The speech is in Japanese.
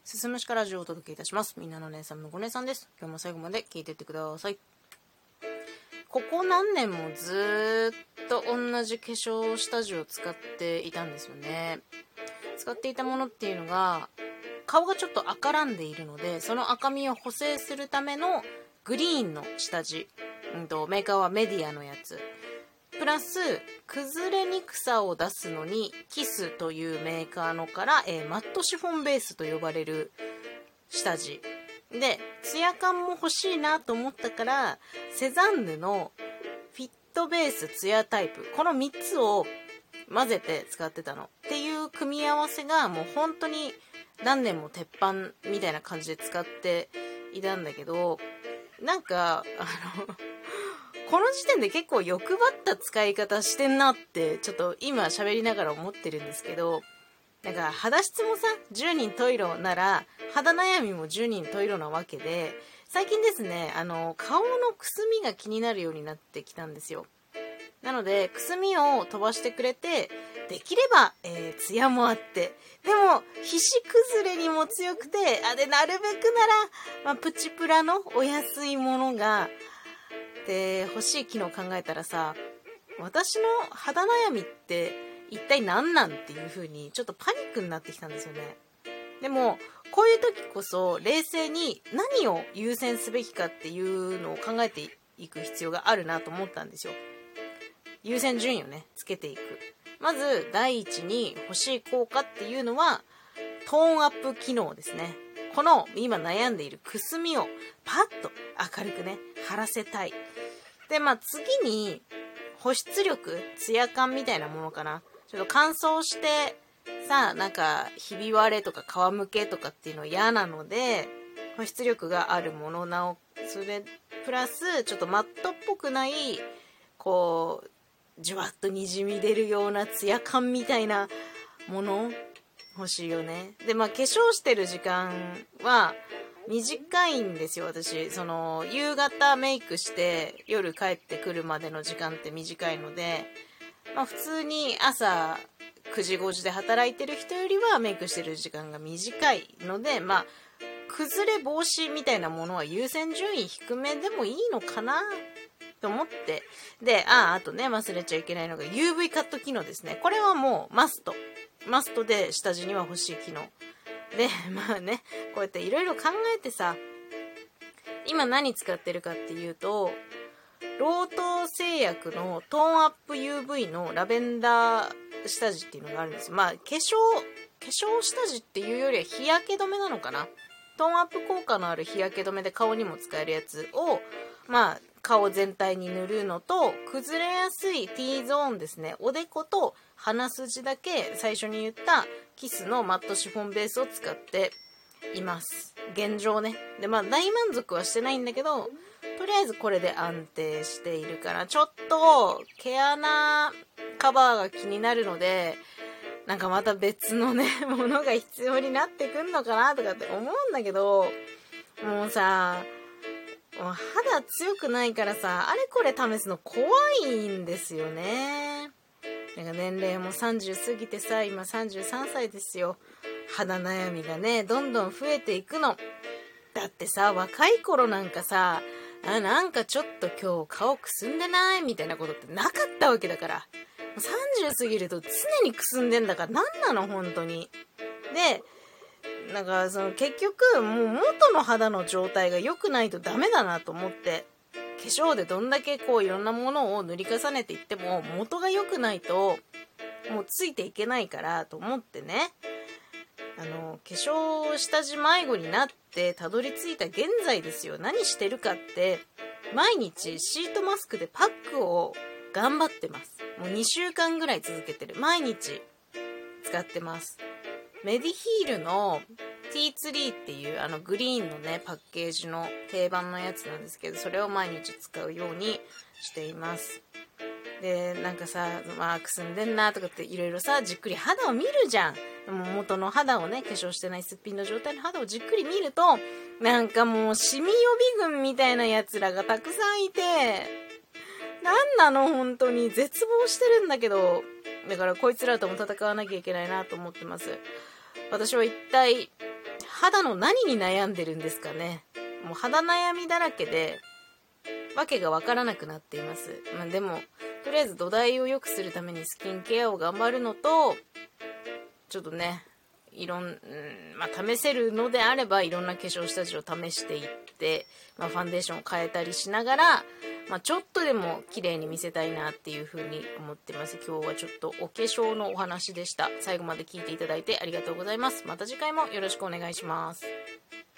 すすむしかラジオをお届けいたします。みんなの姉さんのご姉さんです。今日も最後まで聞いていってください。ここ何年もずっと同じ化粧下地を使っていたんですよね。使っていたものっていうのが顔がちょっと赤らんでいるので、その赤みを補正するためのグリーンの下地、メーカーはメディアのやつプラス崩れにくさを出すのにキスというメーカーのから、マットシフォンベースと呼ばれる下地で、ツヤ感も欲しいなと思ったからセザンヌのフィットベースツヤタイプ、この3つを混ぜて使ってたのっていう組み合わせがもう本当に何年も鉄板みたいな感じで使っていたんだけど、なんかこの時点で結構欲張った使い方してんなってちょっと今喋りながら思ってるんですけど、なんか肌質もさ10人十色なら肌悩みも10人十色なわけで、最近ですね顔のくすみが気になるようになってきたんですよ。なのでくすみを飛ばしてくれて、できれば、ツヤもあってでも皮脂崩れにも強くて、でなるべくなら、プチプラのお安いものがで欲しい機能考えたらさ、私の肌悩みって一体何なんっていう風にちょっとパニックになってきたんですよね。でもこういう時こそ冷静に何を優先すべきかっていうのを考えていく必要があるなと思ったんですよ。優先順位をねつけていく。まず第一に欲しい効果っていうのはトーンアップ機能ですね。この今悩んでいるくすみをパッと明るくね晴らせたい。で次に保湿力、ツヤ感みたいなものかな。ちょっと乾燥してさ、なんかひび割れとか皮むけとかっていうの嫌なので、保湿力があるものなお、それプラスちょっとマットっぽくないこうじゅわっとにじみ出るようなツヤ感みたいなもの欲しいよね。で化粧してる時間は短いんですよ。私その夕方メイクして夜帰ってくるまでの時間って短いので、普通に朝9時5時で働いてる人よりはメイクしてる時間が短いので、崩れ防止みたいなものは優先順位低めでもいいのかなと思って、であとね忘れちゃいけないのが UV カット機能ですね。これはもうマストで下地には欲しい機能で、こうやっていろいろ考えてさ、今何使ってるかっていうと、ロート製薬のトーンアップ UV のラベンダー下地っていうのがあるんですよ。化粧下地っていうよりは日焼け止めなのかな。トーンアップ効果のある日焼け止めで顔にも使えるやつを顔全体に塗るのと、崩れやすい T ゾーンですね、おでこと鼻筋だけ最初に言ったキスのマットシフォンベースを使っています現状ね。で大満足はしてないんだけど、とりあえずこれで安定しているから、ちょっと毛穴カバーが気になるので、なんかまた別のねものが必要になってくんのかなとかって思うんだけど、もうさ肌強くないからさ、あれこれ試すの怖いんですよね。なんか年齢も30過ぎてさ、今33歳ですよ。肌悩みがねどんどん増えていくの。だってさ、若い頃なんかさ、なんかちょっと今日顔くすんでないみたいなことってなかったわけだから、30過ぎると常にくすんでんだから、なんなの本当に。でなんかその結局もう元の肌の状態が良くないとダメだなと思って、化粧でどんだけこういろんなものを塗り重ねていっても元が良くないともうついていけないからと思ってね、化粧下地迷子になってたどり着いた現在ですよ。何してるかって、毎日シートマスクでパックを頑張ってます。もう2週間ぐらい続けてる。毎日使ってます。メディヒールの T3 っていうグリーンのねパッケージの定番のやつなんですけど、それを毎日使うようにしています。でなんかさ、くすんでんなとかっていろいろさじっくり肌を見るじゃん。でも元の肌をね、化粧してないすっぴんの状態の肌をじっくり見ると、なんかもうシミ予備軍みたいなやつらがたくさんいて、なんなの本当に絶望してるんだけど、だからこいつらとも戦わなきゃいけないなと思ってます。私は一体肌の何に悩んでるんですかね。もう肌悩みだらけでわけがわからなくなっています。でもとりあえず土台を良くするためにスキンケアを頑張るのと、ちょっとね試せるのであればいろんな化粧下地を試していって、ファンデーションを変えたりしながら、ちょっとでも綺麗に見せたいなっていう風に思ってます。今日はちょっとお化粧のお話でした。最後まで聞いていただいてありがとうございます。また次回もよろしくお願いします。